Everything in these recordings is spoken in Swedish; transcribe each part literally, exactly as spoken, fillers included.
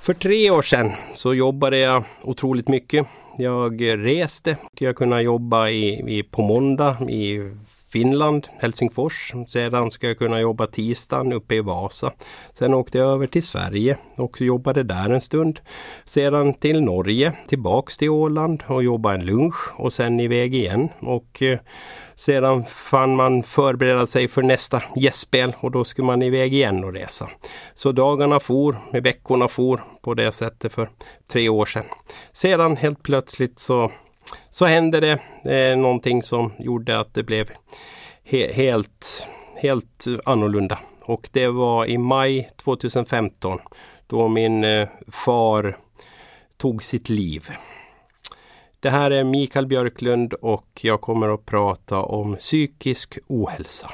För tre år sedan så jobbade jag otroligt mycket. Jag reste. Jag kunde jobba i, i, på måndag i Finland, Helsingfors. Sedan ska jag kunna jobba tisdagen uppe i Vasa. Sen åkte jag över till Sverige och jobbade där en stund. Sedan till Norge, tillbaks till Åland och jobba en lunch och sen iväg igen. Och eh, sedan fann man förbereda sig för nästa gästspel och då skulle man iväg igen och resa. Så dagarna for, med veckorna for på det sättet för tre år sedan. Sedan helt plötsligt så Så hände det eh, någonting som gjorde att det blev he- helt, helt annorlunda. Och det var i maj tjugohundrafemton då min eh, far tog sitt liv. Det här är Mikael Björklund och jag kommer att prata om psykisk ohälsa.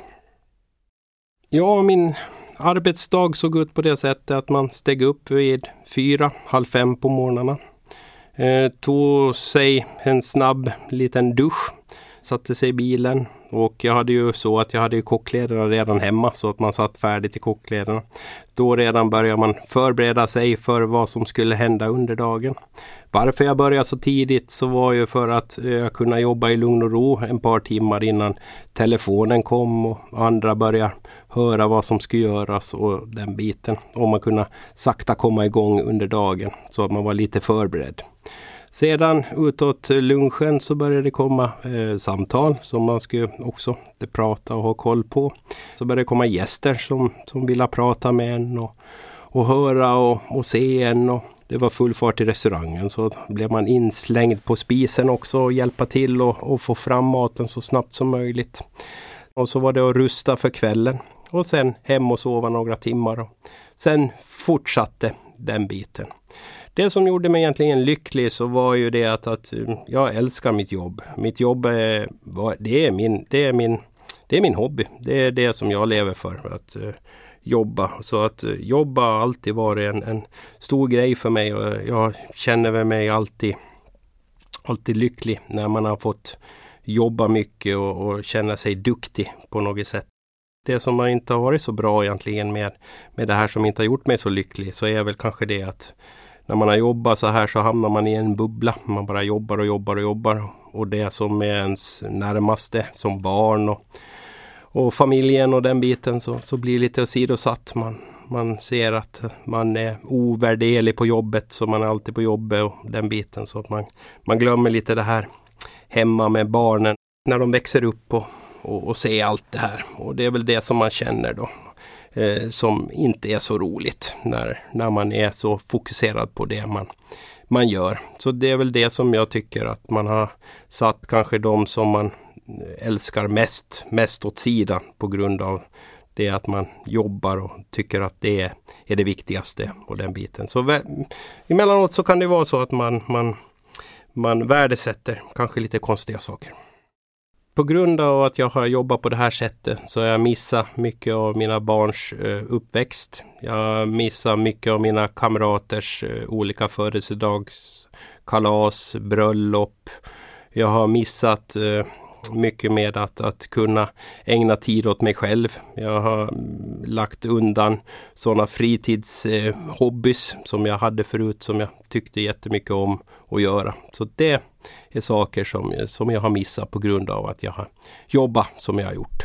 Ja, min arbetsdag såg ut på det sättet att man steg upp vid fyra, halv fem på morgnarna. Eh, tog sig en snabb liten dusch, satte sig i bilen och jag hade ju så att jag hade ju kockkläderna redan hemma så att man satt färdigt i kockkläderna. Då redan börjar man förbereda sig för vad som skulle hända under dagen. Varför jag började så tidigt så var ju för att jag kunde jobba i lugn och ro en par timmar innan telefonen kom och andra började höra vad som skulle göras och den biten. Och man kunde sakta komma igång under dagen så att man var lite förberedd. Sedan utåt lunchen så började det komma eh, samtal som man skulle också prata och ha koll på. Så började det komma gäster som, som ville prata med en och, och höra och, och se en. Och det var full fart i restaurangen så blev man inslängd på spisen också och hjälpa till och, och få fram maten så snabbt som möjligt. Och så var det att rusta för kvällen och sen hem och sova några timmar. Och sen fortsatte den biten. Det som gjorde mig egentligen lycklig så var ju det att, att jag älskar mitt jobb. Mitt jobb är, det är, min, det är, min, det är min hobby. Det är det som jag lever för, att uh, jobba. Så att uh, jobba har alltid varit en, en stor grej för mig. Och jag känner mig alltid, alltid lycklig när man har fått jobba mycket och, och känna sig duktig på något sätt. Det som har inte har varit så bra egentligen med, med det här som inte har gjort mig så lycklig så är väl kanske det att när man har jobbat så här så hamnar man i en bubbla. Man bara jobbar och jobbar och jobbar. Och det som är ens närmaste som barn och, och familjen och den biten så, så blir lite sidosatt. Man, man ser att man är ovärderlig på jobbet så man är alltid på jobbet och den biten. Så att man, man glömmer lite det här hemma med barnen när de växer upp och, och, och ser allt det här. Och det är väl det som man känner då. Eh, som inte är så roligt när, när man är så fokuserad på det man, man gör. Så det är väl det som jag tycker att man har satt kanske de som man älskar mest, mest åt sidan på grund av det att man jobbar och tycker att det är, är det viktigaste på den biten. Så vä- emellanåt så kan det vara så att man, man, man värdesätter kanske lite konstiga saker. På grund av att jag har jobbat på det här sättet så har jag missat mycket av mina barns eh, uppväxt. Jag missar mycket av mina kamraters eh, olika födelsedagskalas, bröllop. Jag har missat eh, mycket med att, att kunna ägna tid åt mig själv. Jag har mm, lagt undan sådana fritidshobbys eh, som jag hade förut som jag tyckte jättemycket om att göra. Så det är saker som, som jag har missat på grund av att jag har jobbat som jag har gjort.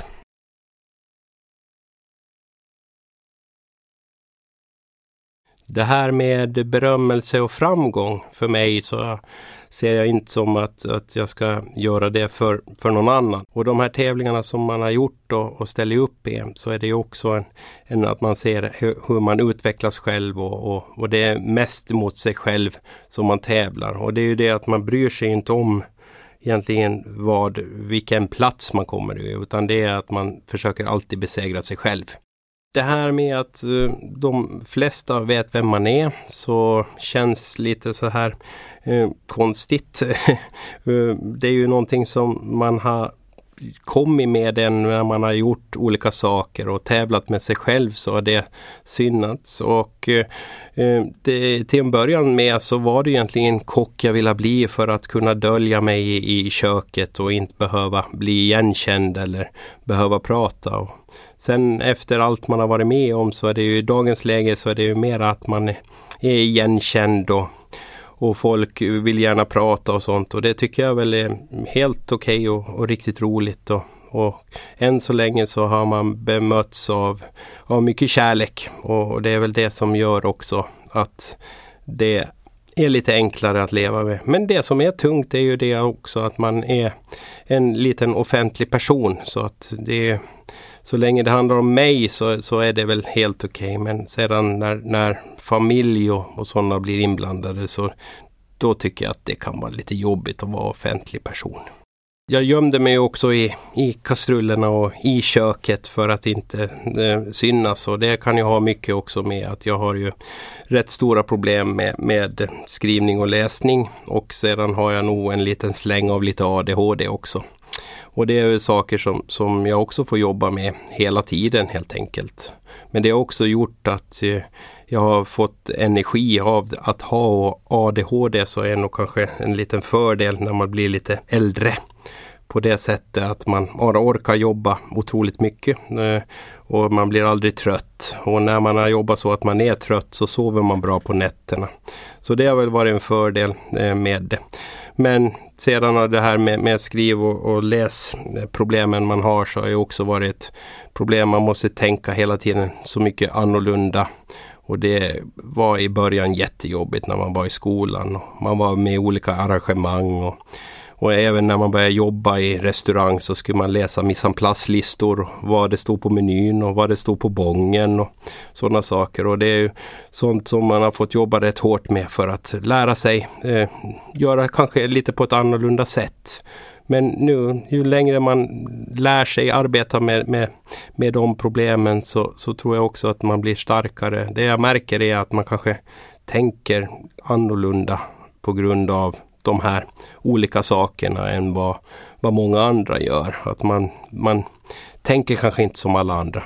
Det här med berömmelse och framgång för mig så ser jag inte som att, att jag ska göra det för, för någon annan. Och de här tävlingarna som man har gjort och, och ställer upp i så är det ju också en, en att man ser hur, hur man utvecklas själv och, och, och det är mest mot sig själv som man tävlar. Och det är ju det att man bryr sig inte om egentligen vad, vilken plats man kommer i utan det är att man försöker alltid besegra sig själv. Det här med att uh, de flesta vet vem man är så känns lite så här uh, konstigt. uh, det är ju någonting som man har kommit med den när man har gjort olika saker och tävlat med sig själv så har det synats. Och uh, det, till en början med så var det egentligen kock jag ville bli för att kunna dölja mig i, i köket och inte behöva bli igenkänd eller behöva prata. Och sen efter allt man har varit med om så är det ju i dagens läge så är det ju mer att man är, är igenkänd och, och folk vill gärna prata och sånt. Och det tycker jag väl är helt okej och, och riktigt roligt. Och, och än så länge så har man bemötts av, av mycket kärlek. Och det är väl det som gör också att det är lite enklare att leva med. Men det som är tungt är ju det också att man är en liten offentlig person. Så att det är, så länge det handlar om mig så, så är det väl helt okej. Men sedan när, när familj och, och sådana blir inblandade så då tycker jag att det kan vara lite jobbigt att vara offentlig person. Jag gömde mig också i, i kastrullerna och i köket för att inte eh, synas. Och det kan ju ha mycket också med att jag har ju rätt stora problem med, med skrivning och läsning. Och sedan har jag nog en liten släng av lite A D H D också. Och det är ju saker som, som jag också får jobba med hela tiden helt enkelt. Men det har också gjort att eh, jag har fått energi av att ha A D H D, så är nog kanske en liten fördel när man blir lite äldre. På det sättet att man orkar jobba otroligt mycket eh, och man blir aldrig trött. Och när man har jobbat så att man är trött så sover man bra på nätterna. Så det har väl varit en fördel eh, med det. Men sedan har det här med, med skriv och, och läs problemen man har så har ju också varit ett problem. Man måste tänka hela tiden så mycket annorlunda. Och det var i början jättejobbigt när man var i skolan. Och man var med i olika arrangemang och Och även när man började jobba i restaurang så skulle man läsa mise en place-listor, vad det stod på menyn och vad det stod på bången och sådana saker. Och det är ju sånt som man har fått jobba rätt hårt med för att lära sig eh, göra kanske lite på ett annorlunda sätt. Men nu, ju längre man lär sig arbeta med, med, med de problemen så, så tror jag också att man blir starkare. Det jag märker är att man kanske tänker annorlunda på grund av de här olika sakerna än vad, vad många andra gör. Att man, man tänker kanske inte som alla andra.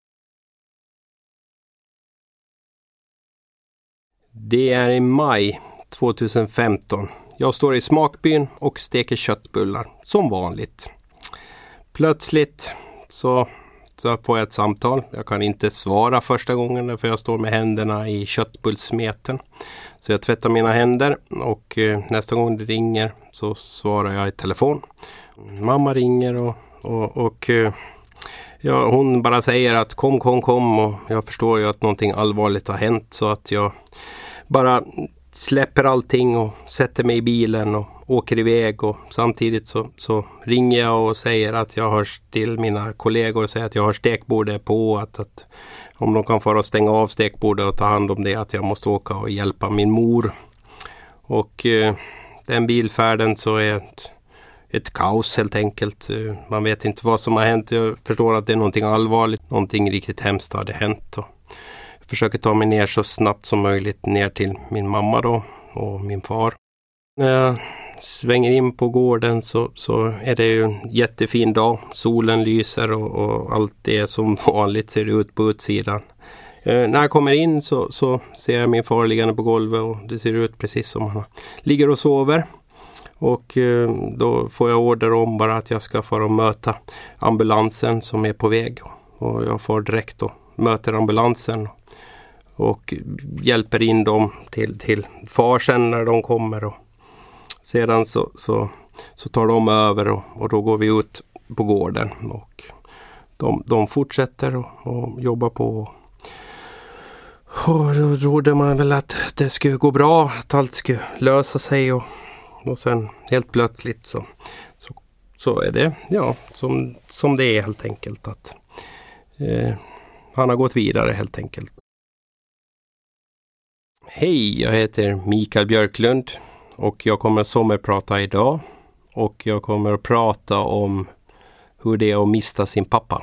Det är i maj tjugohundrafemton. Jag står i smakbyn och steker köttbullar som vanligt. Plötsligt så, så får jag ett samtal. Jag kan inte svara första gången för jag står med händerna i köttbullsmeten. Så jag tvättar mina händer och eh, nästa gång det ringer så svarar jag i telefon. Mamma ringer och, och, och eh, ja, hon bara säger att kom, kom, kom. Och jag förstår ju att någonting allvarligt har hänt så att jag bara släpper allting och sätter mig i bilen och åker iväg. Och samtidigt så, så ringer jag och säger att jag har till mina kollegor och säger att jag har stekbordet på. Att, att om de kan få att stänga av stekbordet och ta hand om det, att jag måste åka och hjälpa min mor. Och eh, den bilfärden så är ett, ett kaos helt enkelt. Man vet inte vad som har hänt. Jag förstår att det är någonting allvarligt. Någonting riktigt hemskt hade hänt. Och jag försöker ta mig ner så snabbt som möjligt ner till min mamma då och min far. När jag svänger in på gården så, så är det ju en jättefin dag. Solen lyser och, och allt det som vanligt ser ut på utsidan. Eh, när jag kommer in så, så ser jag min far liggande på golvet och det ser ut precis som han ligger och sover. Och eh, då får jag order om bara att jag ska få möta ambulansen som är på väg. Och jag får direkt och möter ambulansen och hjälper in dem till, till farsen när de kommer. Och sedan så, så, så tar de över och, och då går vi ut på gården. Och de, de fortsätter och, och jobba på. Och då trodde man väl att det skulle gå bra, att allt skulle lösa sig. Och, och sen helt plötsligt så, så, så är det ja, som, som det är helt enkelt. Att eh, han har gått vidare helt enkelt. Hej, jag heter Mikael Björklund och jag kommer sommarprata idag. Och jag kommer att prata om hur det är att mista sin pappa.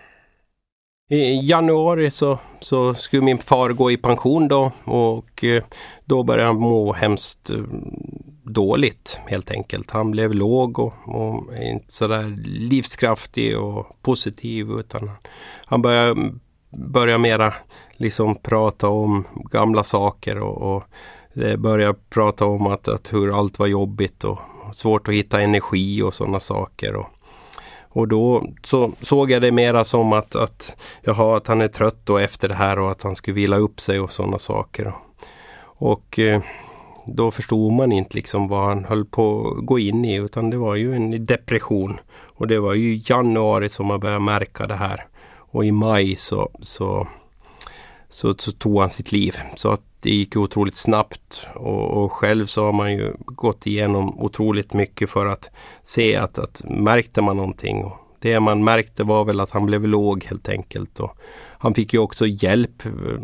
I januari så, så skulle min far gå i pension då och då började han må hemskt dåligt helt enkelt. Han blev låg och, och inte sådär livskraftig och positiv utan han började, började mera liksom prata om gamla saker och, och började prata om att, att hur allt var jobbigt och svårt att hitta energi och sådana saker och Och då så såg jag det mera som att, att, jaha, att han är trött då efter det här och att han skulle vila upp sig och sådana saker. Och eh, då förstod man inte liksom vad han höll på att gå in i, utan det var ju en depression. Och det var ju i januari som man började märka det här. Och i maj så, så, så, så tog han sitt liv. Så att det gick otroligt snabbt. Och, och själv så har man ju gått igenom otroligt mycket för att se att, att märkte man någonting. Och det man märkte var väl att han blev låg helt enkelt. Och han fick ju också hjälp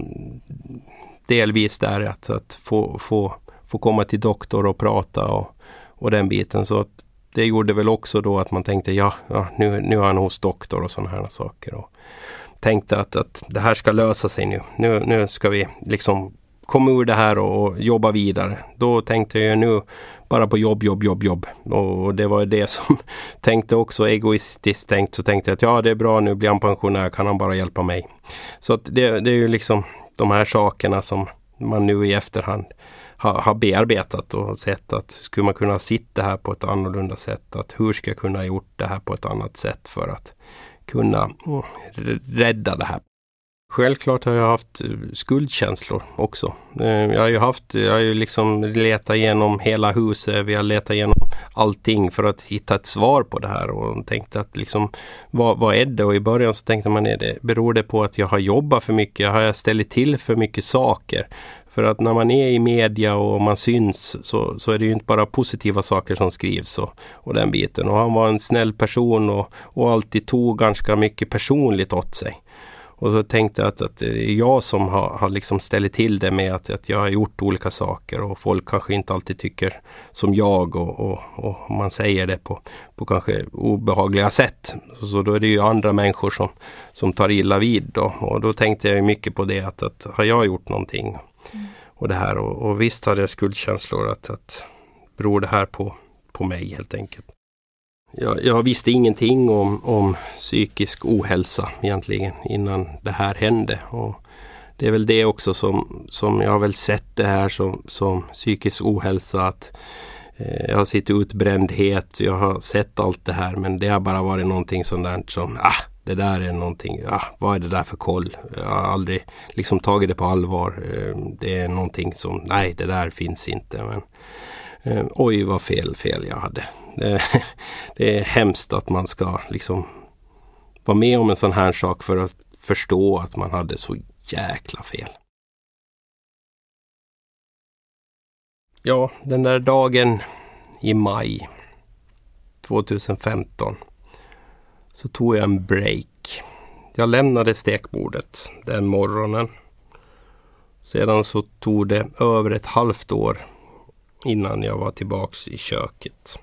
delvis där att, att få, få, få komma till doktor och prata och, och den biten. Så att det gjorde väl också då att man tänkte ja, ja nu, nu är han hos doktor och sådana här saker. Och tänkte att, att det här ska lösa sig nu. nu. Nu ska vi liksom komma ur det här och, och jobba vidare. Då tänkte jag nu bara på jobb, jobb, jobb, jobb. Och det var det som tänkte också egoistiskt tänkt. Så tänkte jag att ja, det är bra, nu blir han pensionär, kan han bara hjälpa mig. Så att det, det är ju liksom de här sakerna som man nu i efterhand har, har bearbetat och sett att skulle man kunna sitta här på ett annorlunda sätt, att hur ska jag kunna ha gjort det här på ett annat sätt för att kunna rädda det här. Självklart har jag haft skuldkänslor också. Jag har ju haft, jag har ju liksom letat igenom hela huset, vi har letat igenom allting för att hitta ett svar på det här och tänkte att liksom, vad, vad är det? Och i början så tänkte man, är det, beror det på att jag har jobbat för mycket? Har jag ställt till för mycket saker? För att när man är i media och man syns så, så är det ju inte bara positiva saker som skrivs och, och den biten. Och han var en snäll person och, och alltid tog ganska mycket personligt åt sig. Och så tänkte jag att, att det är jag som har, har liksom ställt till det med att, att jag har gjort olika saker och folk kanske inte alltid tycker som jag och, och, och man säger det på, på kanske obehagliga sätt. Så då är det ju andra människor som, som tar illa vid då. Och då tänkte jag mycket på det att, att har jag gjort någonting mm. och det här och, och visst hade jag skuldkänslor att, att beror det här på, på mig helt enkelt. Jag, jag visste ingenting om, om psykisk ohälsa egentligen innan det här hände. Och det är väl det också som, som jag har väl sett det här som, som psykisk ohälsa. Att eh, jag har sett utbrändhet, jag har sett allt det här. Men det har bara varit någonting sånt där som, ah, det där är någonting, ah, vad är det där för koll? Jag har aldrig liksom tagit det på allvar. Eh, det är någonting som, nej det där finns inte. Men eh, oj vad fel, fel jag hade. Det är hemskt att man ska liksom vara med om en sån här sak för att förstå att man hade så jäkla fel. Ja, den där dagen i maj tjugohundrafemton så tog jag en break. Jag lämnade stekbordet den morgonen. Sedan så tog det över ett halvt år innan jag var tillbaks i köket.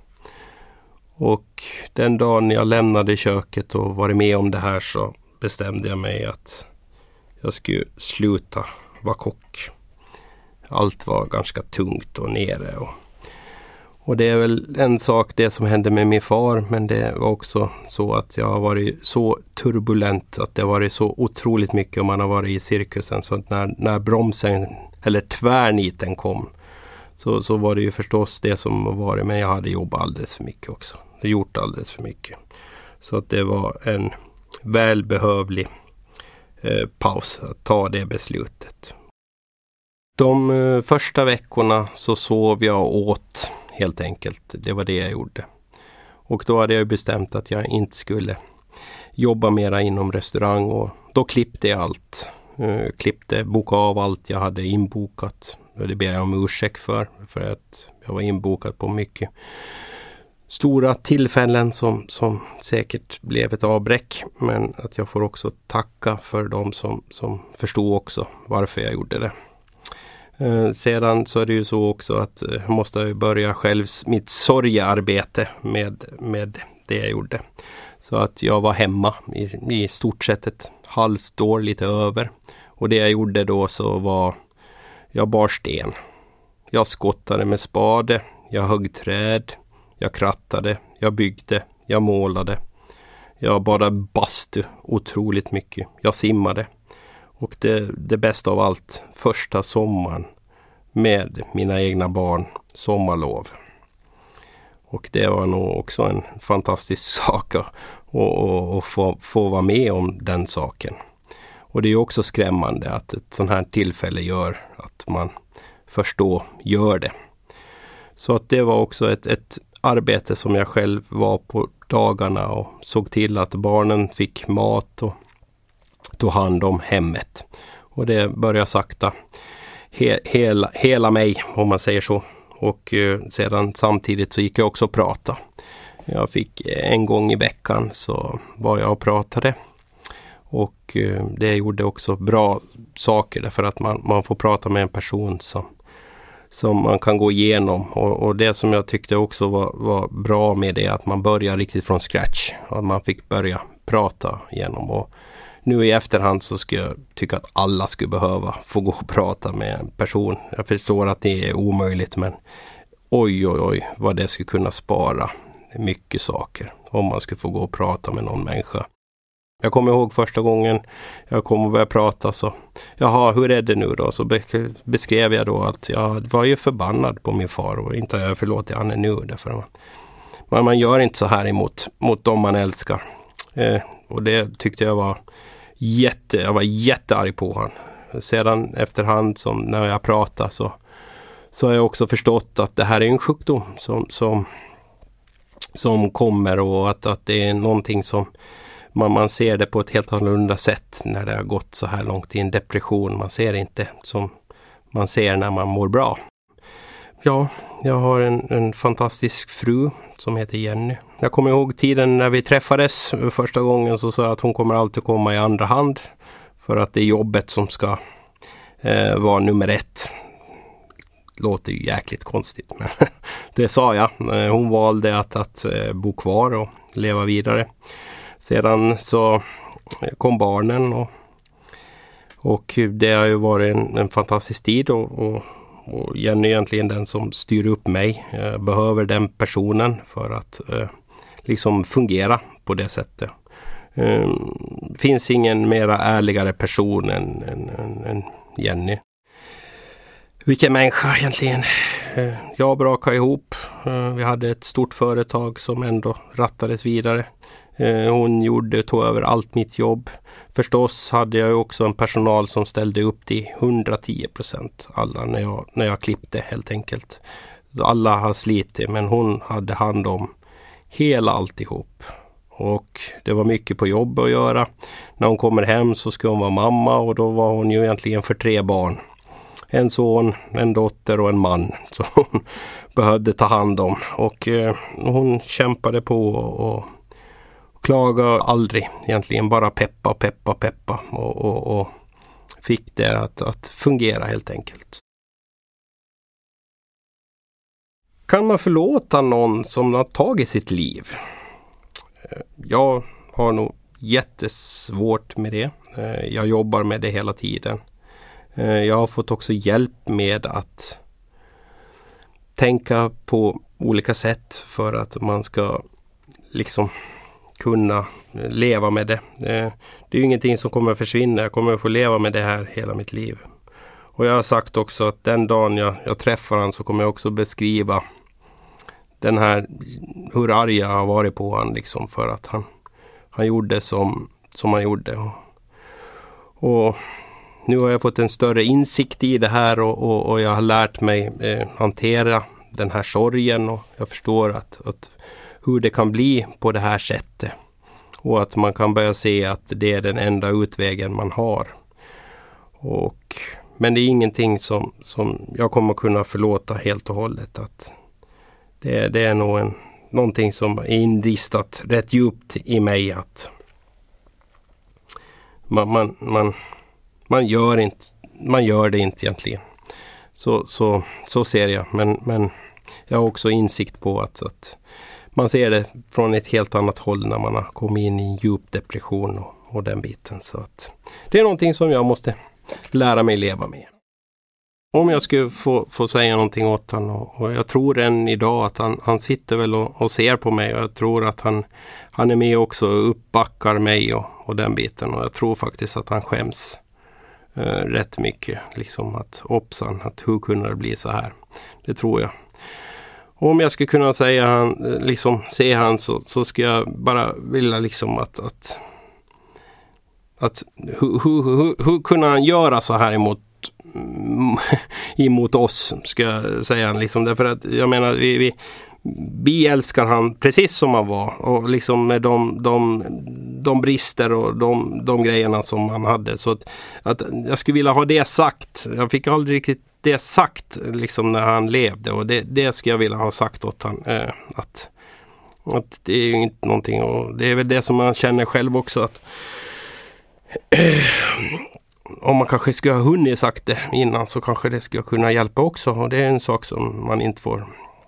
Och den dagen jag lämnade köket och var med om det här så bestämde jag mig att jag skulle sluta vara kock. Allt var ganska tungt och nere. Och, och det är väl en sak det som hände med min far, men det var också så att jag har varit så turbulent att det har varit så otroligt mycket om man har varit i cirkusen. Så att när, när bromsen eller tvärniten kom så, så var det ju förstås det som var, men jag hade jobbat alldeles för mycket också. Jag har gjort alldeles för mycket. Så att det var en välbehövlig eh, paus att ta det beslutet. De eh, första veckorna så sov jag och åt helt enkelt. Det var det jag gjorde. Och då hade jag bestämt att jag inte skulle jobba mera inom restaurang och då klippte jag allt. Eh, klippte, bokade av allt jag hade inbokat. Det ber jag om ursäkt för, för att jag var inbokad på mycket stora tillfällen som, som säkert blev ett avbräck. Men att jag får också tacka för dem som, som förstod också varför jag gjorde det. Eh, sedan så är det ju så också att jag måste börja själv mitt sorgearbete med, med det jag gjorde. Så att jag var hemma i, i stort sett ett halvt år, lite över. Och det jag gjorde då så var jag bar sten. Jag skottade med spade, jag högg träd, jag krattade, jag byggde, jag målade. Jag badade bastu otroligt mycket. Jag simmade. Och det, det bästa av allt, första sommaren med mina egna barn, sommarlov. Och det var nog också en fantastisk sak att, och, och, och få, få vara med om den saken. Och det är också skrämmande att ett sånt här tillfälle gör att man först då gör det. Så att det var också ett, ett arbete som jag själv var på dagarna och såg till att barnen fick mat och tog hand om hemmet. Och det började sakta he, hela, hela mig, om man säger så. Och eh, sedan samtidigt så gick jag också och prata. Jag fick en gång i veckan så var jag och pratade. Och eh, det gjorde också bra saker därför att man, man får prata med en person som, som man kan gå igenom. Och, och det som jag tyckte också var, var bra med det att man börjar riktigt från scratch. Att man fick börja prata igenom. Och nu i efterhand så skulle jag tycka att alla skulle behöva få gå och prata med en person. Jag förstår att det är omöjligt, men oj oj oj vad det skulle kunna spara mycket saker om man skulle få gå och prata med någon människa. Jag kommer ihåg första gången jag kom och började prata så, jaha, hur är det nu då? Så be- beskrev jag då att jag var ju förbannad på min far och inte jag förlåter han är nu. Därför man, man, man gör inte så här emot mot dem man älskar. Eh, och det tyckte jag var jätte, jag var jättearg på han. Sedan efterhand som när jag pratar så, så har jag också förstått att det här är en sjukdom som, som, som kommer och att, att det är någonting som Man, man ser det på ett helt annorlunda sätt när det har gått så här långt i en depression. Man ser inte som man ser när man mår bra. Ja, jag har en, en fantastisk fru som heter Jenny. Jag kommer ihåg tiden när vi träffades första gången så sa jag att hon kommer alltid komma i andra hand. För att det är jobbet som ska eh, vara nummer ett. Låter ju jäkligt konstigt, men det sa jag. Hon valde att, att bo kvar och leva vidare. Sedan så kom barnen och, och det har ju varit en, en fantastisk tid och, och, och Jenny är egentligen den som styr upp mig. Jag behöver den personen för att eh, liksom fungera på det sättet. Det eh, finns ingen mera ärligare person än, än, än, än Jenny. Vilken människa egentligen. Eh, jag brakade ihop. Eh, vi hade ett stort företag som ändå rattades vidare. Hon gjorde, tog över allt mitt jobb. Förstås hade jag också en personal som ställde upp till hundratio procent alla när jag, när jag klippte helt enkelt. Alla har slitit men hon hade hand om hela alltihop. Och det var mycket på jobb att göra. När hon kommer hem så ska hon vara mamma och då var hon ju egentligen för tre barn. En son, en dotter och en man som hon behövde ta hand om. Och eh, hon kämpade på och klagar aldrig, egentligen bara peppa, peppa, peppa och, och, och fick det att, att fungera helt enkelt. Kan man förlåta någon som har tagit sitt liv? Jag har nog jättesvårt med det. Jag jobbar med det hela tiden. Jag har fått också hjälp med att tänka på olika sätt för att man ska liksom kunna leva med det. Det är ju ingenting som kommer att försvinna. Jag kommer att få leva med det här hela mitt liv. Och jag har sagt också att den dagen jag, jag träffar han så kommer jag också beskriva den här, hur arg jag har varit på han liksom för att han, han gjorde som, som han gjorde. Och, och nu har jag fått en större insikt i det här och, och, och jag har lärt mig eh, hantera den här sorgen och jag förstår att, att hur det kan bli på det här sättet. Och att man kan börja se att det är den enda utvägen man har. Och, men det är ingenting som, som jag kommer kunna förlåta helt och hållet. Att det, det är nog en, någonting som är inristat rätt djupt i mig. Att man, man, man, man, gör, inte, man gör det inte egentligen. Så, så, så ser jag. Men, men jag har också insikt på att, att man ser det från ett helt annat håll när man har kommit in i en djup depression och, och den biten. Så att det är någonting som jag måste lära mig leva med. Om jag skulle få, få säga någonting åt honom och, och jag tror än idag att han, han sitter väl och, och ser på mig och jag tror att han, han är med också och uppbackar mig och, och den biten och jag tror faktiskt att han skäms eh, rätt mycket. Liksom att hoppsan, att hur kunde det bli så här? Det tror jag. Och om jag skulle kunna säga han, liksom, se han så, så ska jag bara vilja liksom att, att, att hur, hur, hur, hur kunde han göra så här emot, emot oss, ska jag säga. Liksom. Därför att jag menar, vi, vi, vi älskar han precis som han var. Och liksom med de, de, de brister och de, de grejerna som han hade. Så att, att jag skulle vilja ha det sagt. Jag fick aldrig riktigt det sagt liksom när han levde, och det, det ska jag vilja ha sagt åt han eh, att, att det är ju inte någonting, och det är väl det som man känner själv också, att eh, om man kanske skulle ha hunnit sagt det innan så kanske det skulle kunna hjälpa också, och det är en sak som man inte får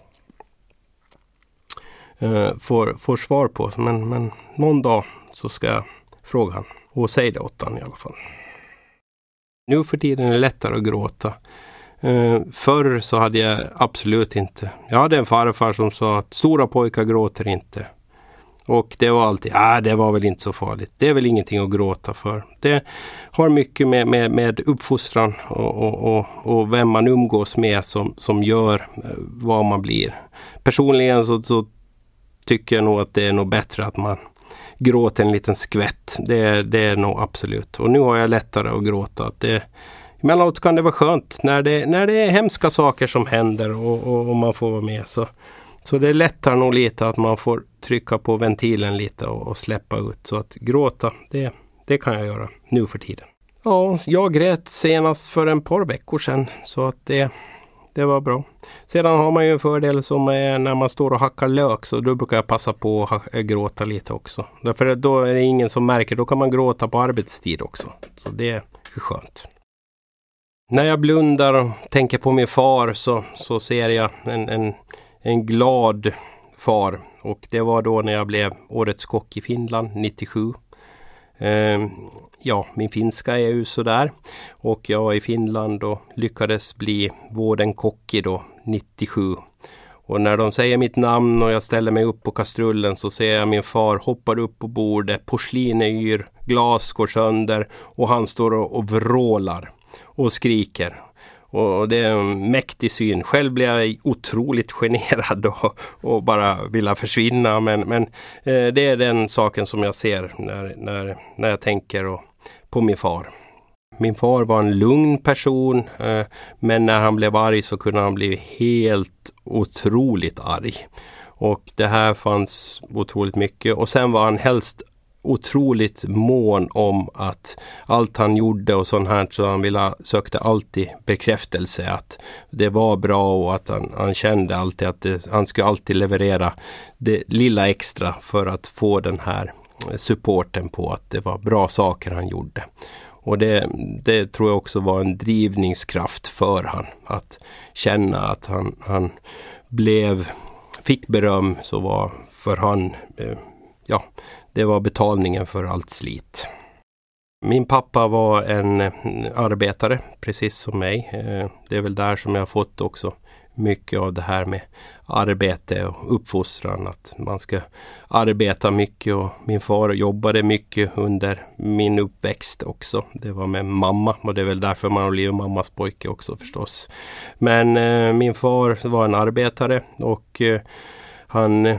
eh, får, får svar på, men, men någon dag så ska jag fråga han och säga det åt han i alla fall. Nu för tiden är det lättare att gråta. Uh, förr så hade jag absolut inte. Jag hade en farfar som sa att stora pojkar gråter inte. Och det var alltid, ja det var väl inte så farligt. Det är väl ingenting att gråta för. Det har mycket med, med, med uppfostran och, och, och, och vem man umgås med som, som gör uh, vad man blir. Personligen så, så tycker jag nog att det är nog bättre att man gråter en liten skvätt. Det, det är nog absolut. Och nu har jag lättare att gråta. Att det Emellanåt kan det vara skönt när det, när det är hemska saker som händer och, och, och man får vara med. Så, så det lättar nog lite att man får trycka på ventilen lite och, och släppa ut. Så att gråta, det, det kan jag göra nu för tiden. Ja, jag grät senast för en par veckor sedan, så att det, det var bra. Sedan har man ju en fördel som är när man står och hackar lök, så då brukar jag passa på att ha, gråta lite också. Därför då är det ingen som märker, då kan man gråta på arbetstid också. Så det är skönt. När jag blundar och tänker på min far så, så ser jag en, en, en glad far. Och det var då när jag blev årets kock i Finland nittiosju. Eh, ja, min finska är ju sådär. Och jag var i Finland och lyckades bli vården kock i då nittiosju. Och när de säger mitt namn och jag ställer mig upp på kastrullen så ser jag min far hoppar upp på bordet. Porslin är yr, glas går sönder och han står och, och vrålar och skriker. Och det är en mäktig syn. Själv blir jag otroligt generad och, och bara vill försvinna. Men, men eh, det är den saken som jag ser när, när, när jag tänker och, på min far. Min far var en lugn person, eh, men när han blev arg så kunde han bli helt otroligt arg. Och det här fanns otroligt mycket. Och sen var han helst otroligt mån om att allt han gjorde och sånt här, så han ville sökte alltid bekräftelse att det var bra, och att han, han kände alltid att det, han skulle alltid leverera det lilla extra för att få den här supporten på att det var bra saker han gjorde. Och det, det tror jag också var en drivningskraft för han, att känna att han, han blev, fick beröm, så var för han eh, ja, det var betalningen för allt slit. Min pappa var en arbetare, precis som mig. Det är väl där som jag har fått också mycket av det här med arbete och uppfostran. Att man ska arbeta mycket, och min far jobbade mycket under min uppväxt också. Det var med mamma, och det är väl därför man har blivit mammas pojke också förstås. Men eh, min far var en arbetare, och eh, han...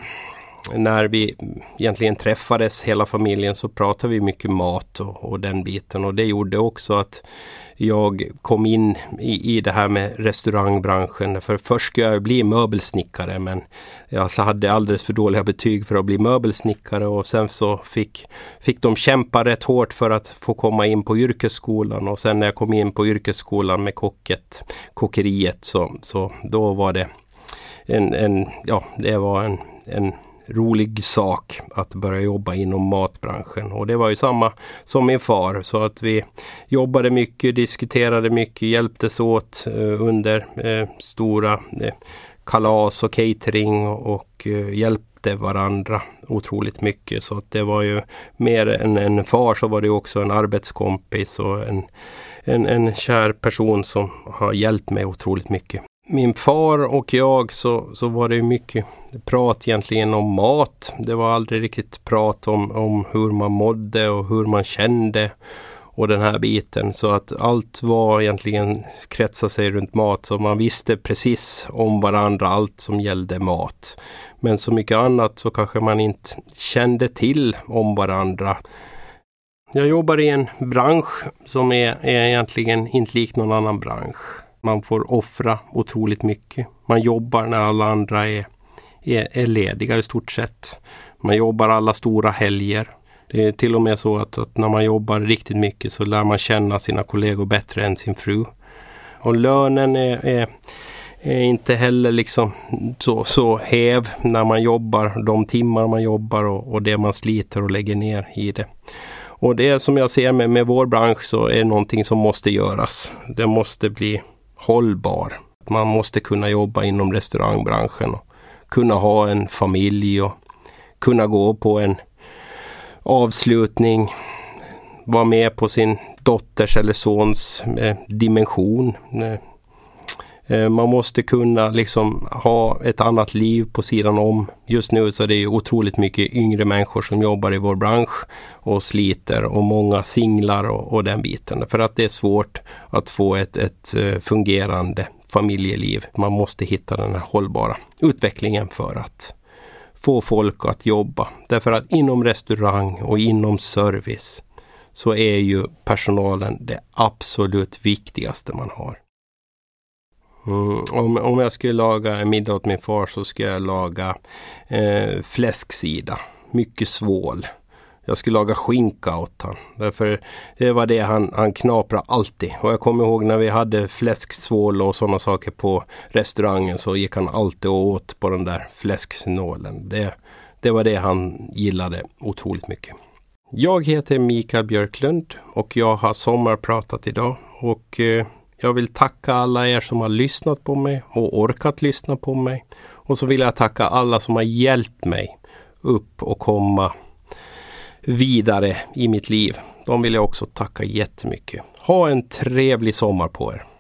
När vi egentligen träffades hela familjen så pratade vi mycket mat och, och den biten. Och det gjorde också att jag kom in i, i det här med restaurangbranschen. För först skulle jag bli möbelsnickare, men jag hade alldeles för dåliga betyg för att bli möbelsnickare. Och sen så fick, fick de kämpa rätt hårt för att få komma in på yrkesskolan. Och sen när jag kom in på yrkesskolan med kocket, kockeriet, så, så då var det en, en ja, det var en, en rolig sak att börja jobba inom matbranschen. Och det var ju samma som min far, så att vi jobbade mycket, diskuterade mycket, hjälptes åt eh, under eh, stora eh, kalas och catering, och, och eh, hjälpte varandra otroligt mycket. Så att det var ju mer än en far, så var det också en arbetskompis och en, en, en kär person som har hjälpt mig otroligt mycket. Min far och jag, så, så var det mycket prat egentligen om mat. Det var aldrig riktigt prat om, om hur man mådde och hur man kände. och den här biten. Så att allt var egentligen kretsade sig runt mat. Så man visste precis om varandra, allt som gällde mat. Men så mycket annat så kanske man inte kände till om varandra. Jag jobbar i en bransch som är, är egentligen inte lik någon annan bransch. Man får offra otroligt mycket. Man jobbar när alla andra är, är, är lediga i stort sett. Man jobbar alla stora helger. Det är till och med så att, att när man jobbar riktigt mycket så lär man känna sina kollegor bättre än sin fru. Och lönen är, är, är inte heller liksom så, så häv när man jobbar, de timmar man jobbar och, och det man sliter och lägger ner i det. Och det som jag ser med, med vår bransch så är någonting som måste göras. Det måste bli hållbar. Man måste kunna jobba inom restaurangbranschen och kunna ha en familj och kunna gå på en avslutning, vara med på sin dotters eller sons eh, dimension. Eh, man måste kunna liksom ha ett annat liv på sidan om. Just nu så är det ju otroligt mycket yngre människor som jobbar i vår bransch och sliter och många singlar och, och den biten. För att det är svårt att få ett, ett fungerande familjeliv. Man måste hitta den här hållbara utvecklingen för att få folk att jobba. Därför att inom restaurang och inom service så är ju personalen det absolut viktigaste man har. Mm, om, om jag skulle laga en middag åt min far så skulle jag laga eh, fläsksida. Mycket svål. Jag skulle laga skinka åt han. Därför det var det han, han knaprade alltid. Och jag kommer ihåg när vi hade fläsksvål och sådana saker på restaurangen så gick han alltid åt på den där fläsksnålen. Det, det var det han gillade otroligt mycket. Jag heter Mikael Björklund och jag har sommarpratat idag. Och eh, jag vill tacka alla er som har lyssnat på mig och orkat lyssna på mig. Och så vill jag tacka alla som har hjälpt mig upp och komma vidare i mitt liv. De vill jag också tacka jättemycket. Ha en trevlig sommar på er.